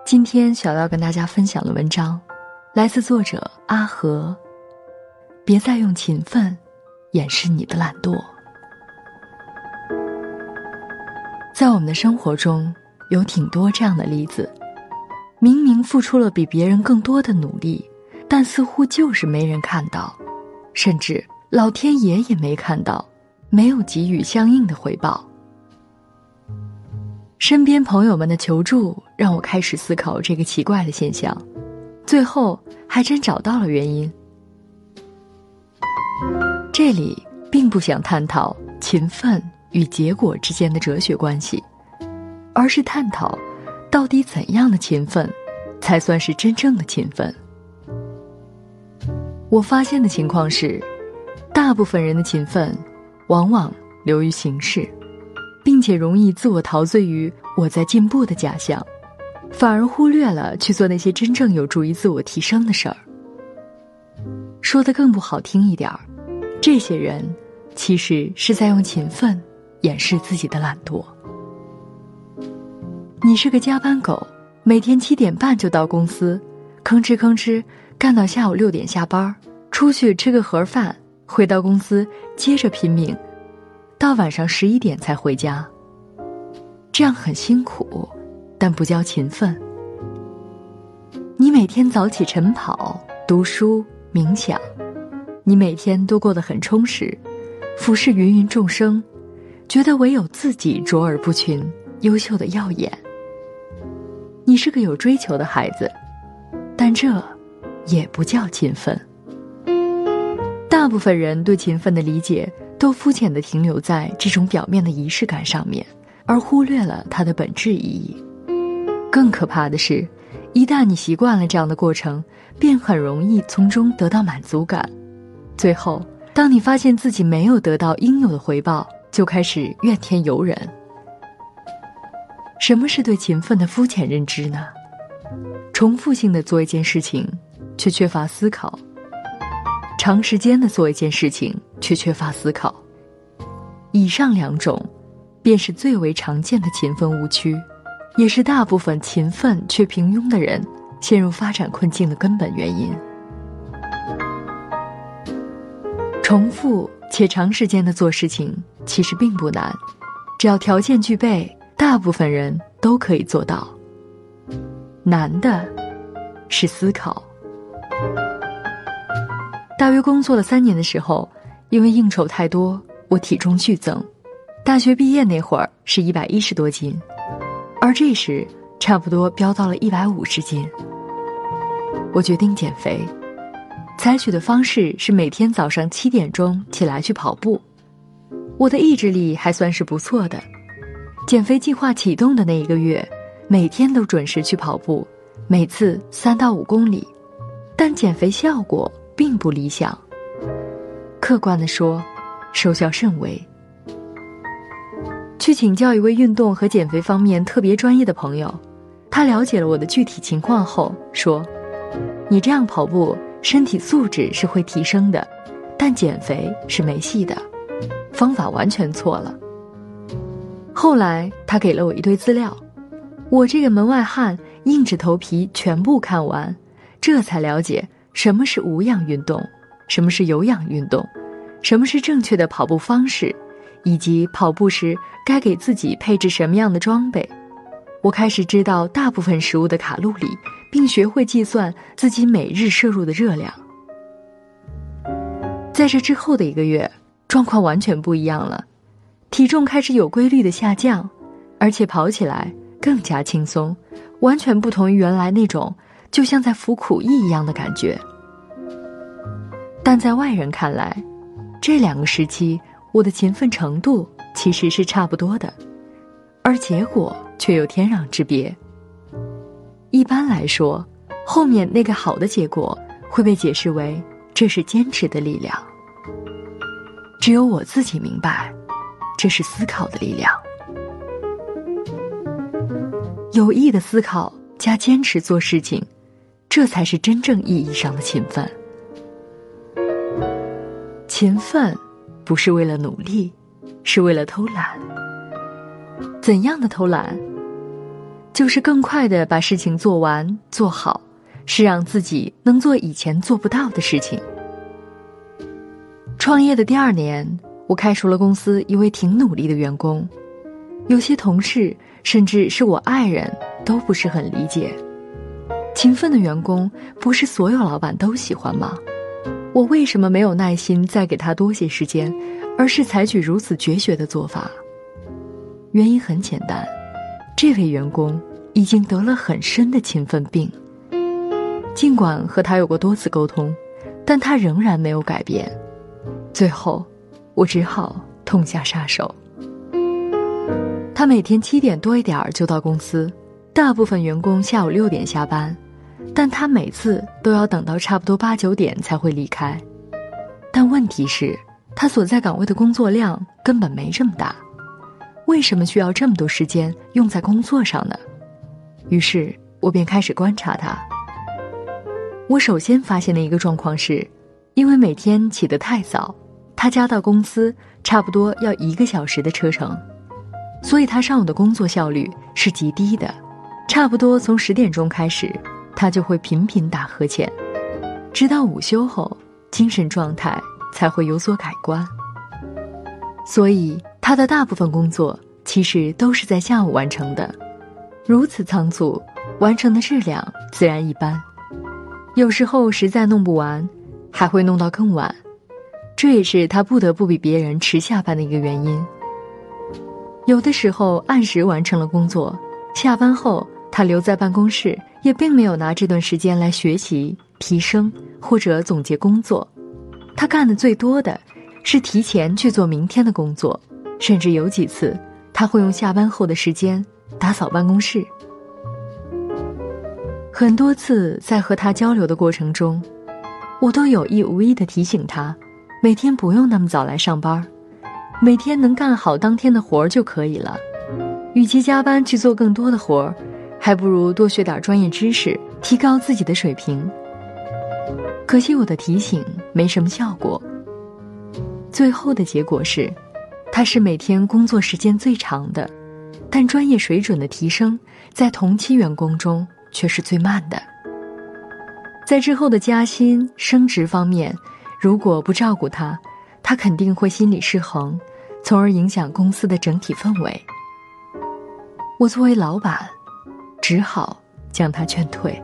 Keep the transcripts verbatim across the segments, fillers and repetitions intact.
今天小要跟大家分享的文章来自作者阿和。别再用勤奋掩饰你的懒惰。在我们的生活中有挺多这样的例子，明明付出了比别人更多的努力，但似乎就是没人看到，甚至老天爷也没看到，没有给予相应的回报。身边朋友们的求助让我开始思考这个奇怪的现象，最后还真找到了原因。这里并不想探讨勤奋与结果之间的哲学关系，而是探讨到底怎样的勤奋才算是真正的勤奋。我发现的情况是，大部分人的勤奋往往流于形式，并且容易自我陶醉于我在进步的假象，反而忽略了去做那些真正有助于自我提升的事儿。说得更不好听一点儿，这些人其实是在用勤奋掩饰自己的懒惰。你是个加班狗，每天七点半就到公司，吭哧吭哧干到下午六点下班，出去吃个盒饭，回到公司接着拼命，到晚上十一点才回家。这样很辛苦，但不叫勤奋。你每天早起晨跑、读书、冥想，你每天都过得很充实，俯视芸芸众生，觉得唯有自己卓尔不群，优秀的耀眼。你是个有追求的孩子，但这也不叫勤奋。大部分人对勤奋的理解都肤浅地停留在这种表面的仪式感上面，而忽略了它的本质意义。更可怕的是，一旦你习惯了这样的过程，便很容易从中得到满足感。最后，当你发现自己没有得到应有的回报，就开始怨天尤人。什么是对勤奋的肤浅认知呢？重复性的做一件事情，却缺乏思考；长时间的做一件事情，却缺乏思考。以上两种，便是最为常见的勤奋误区，也是大部分勤奋却平庸的人陷入发展困境的根本原因。重复且长时间的做事情其实并不难，只要条件具备，大部分人都可以做到。难的是思考。大约工作了三年的时候，因为应酬太多，我体重剧增。大学毕业那会儿是一百一十多斤，而这时差不多飙到了一百五十斤。我决定减肥，采取的方式是每天早上七点钟起来去跑步。我的意志力还算是不错的，减肥计划启动的那一个月，每天都准时去跑步，每次三到五公里，但减肥效果并不理想。客观地说，收效甚微。去请教一位运动和减肥方面特别专业的朋友，他了解了我的具体情况后说，你这样跑步，身体素质是会提升的，但减肥是没戏的，方法完全错了。后来他给了我一堆资料，我这个门外汉硬着头皮全部看完，这才了解什么是无氧运动，什么是有氧运动，什么是正确的跑步方式，以及跑步时该给自己配置什么样的装备。我开始知道大部分食物的卡路里，并学会计算自己每日摄入的热量。在这之后的一个月，状况完全不一样了，体重开始有规律的下降，而且跑起来更加轻松，完全不同于原来那种就像在服苦役一样的感觉。但在外人看来，这两个时期我的勤奋程度其实是差不多的，而结果却有天壤之别。一般来说，后面那个好的结果会被解释为这是坚持的力量。只有我自己明白，这是思考的力量。有意的思考加坚持做事情，这才是真正意义上的勤奋。勤奋不是为了努力，是为了偷懒。怎样的偷懒？ 就是更快地把事情做完做好，是让自己能做以前做不到的事情。创业的第二年，我开除了公司一位挺努力的员工，有些同事甚至是我爱人都不是很理解。勤奋的员工不是所有老板都喜欢吗？我为什么没有耐心再给他多些时间，而是采取如此决绝的做法？原因很简单，这位员工已经得了很深的勤奋病。尽管和他有过多次沟通，但他仍然没有改变。最后，我只好痛下杀手。他每天七点多一点就到公司，大部分员工下午六点下班，但他每次都要等到差不多八九点才会离开。但问题是，他所在岗位的工作量根本没这么大，为什么需要这么多时间用在工作上呢？于是我便开始观察他。我首先发现的一个状况是，因为每天起得太早，他家到公司差不多要一个小时的车程，所以他上午的工作效率是极低的。差不多从十点钟开始，他就会频频打呵欠，直到午休后，精神状态才会有所改观。所以他的大部分工作其实都是在下午完成的，如此仓促，完成的质量自然一般。有时候实在弄不完，还会弄到更晚，这也是他不得不比别人迟下班的一个原因。有的时候按时完成了工作，下班后他留在办公室，也并没有拿这段时间来学习、提升或者总结工作。他干的最多的是提前去做明天的工作，甚至有几次他会用下班后的时间打扫办公室。很多次在和他交流的过程中，我都有意无意地提醒他，每天不用那么早来上班，每天能干好当天的活儿就可以了。与其加班去做更多的活儿，还不如多学点专业知识，提高自己的水平。可惜我的提醒没什么效果，最后的结果是，他是每天工作时间最长的，但专业水准的提升在同期员工中却是最慢的。在之后的加薪、升职方面，如果不照顾他，他肯定会心理失衡，从而影响公司的整体氛围。我作为老板，只好将他劝退。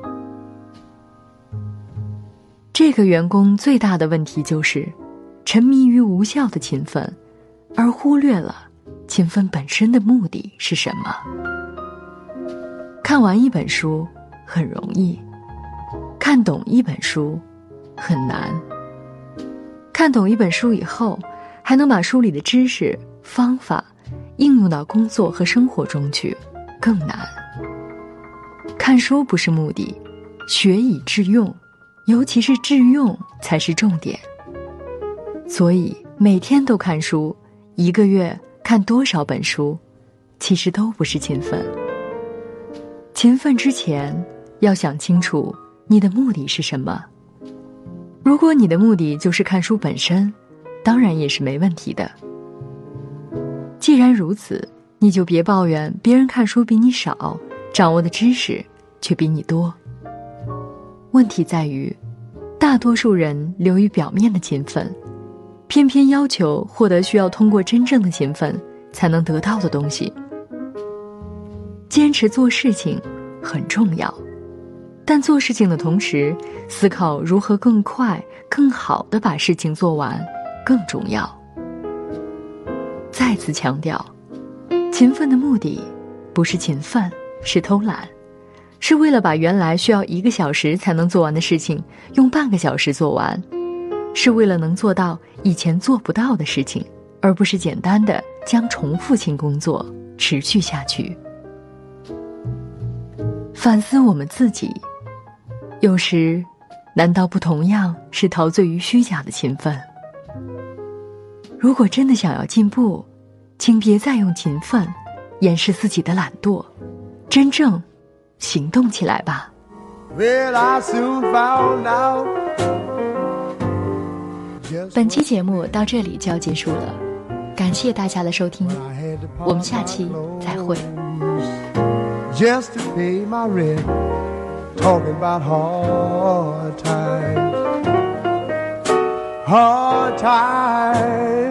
这个员工最大的问题就是沉迷于无效的勤奋，而忽略了勤奋本身的目的是什么。看完一本书很容易，看懂一本书很难。看懂一本书以后，还能把书里的知识、方法应用到工作和生活中去，更难。看书不是目的，学以致用，尤其是致用才是重点。所以每天都看书，一个月看多少本书，其实都不是勤奋。勤奋之前，要想清楚你的目的是什么。如果你的目的就是看书本身，当然也是没问题的。既然如此，你就别抱怨别人看书比你少，掌握的知识却比你多。问题在于，大多数人流于表面的勤奋，偏偏要求获得需要通过真正的勤奋才能得到的东西。坚持做事情很重要，但做事情的同时，思考如何更快、更好地把事情做完更重要。再次强调，勤奋的目的不是勤奋，是偷懒，是为了把原来需要一个小时才能做完的事情用半个小时做完，是为了能做到以前做不到的事情，而不是简单的将重复性工作持续下去。反思我们自己，有时难道不同样是陶醉于虚假的勤奋？如果真的想要进步，请别再用勤奋掩饰自己的懒惰，真正行动起来吧。 Well, I soon found out. 本期节目到这里就要结束了，感谢大家的收听，我们下期再会。 just to pay my rent. Talking about hard times, hard times.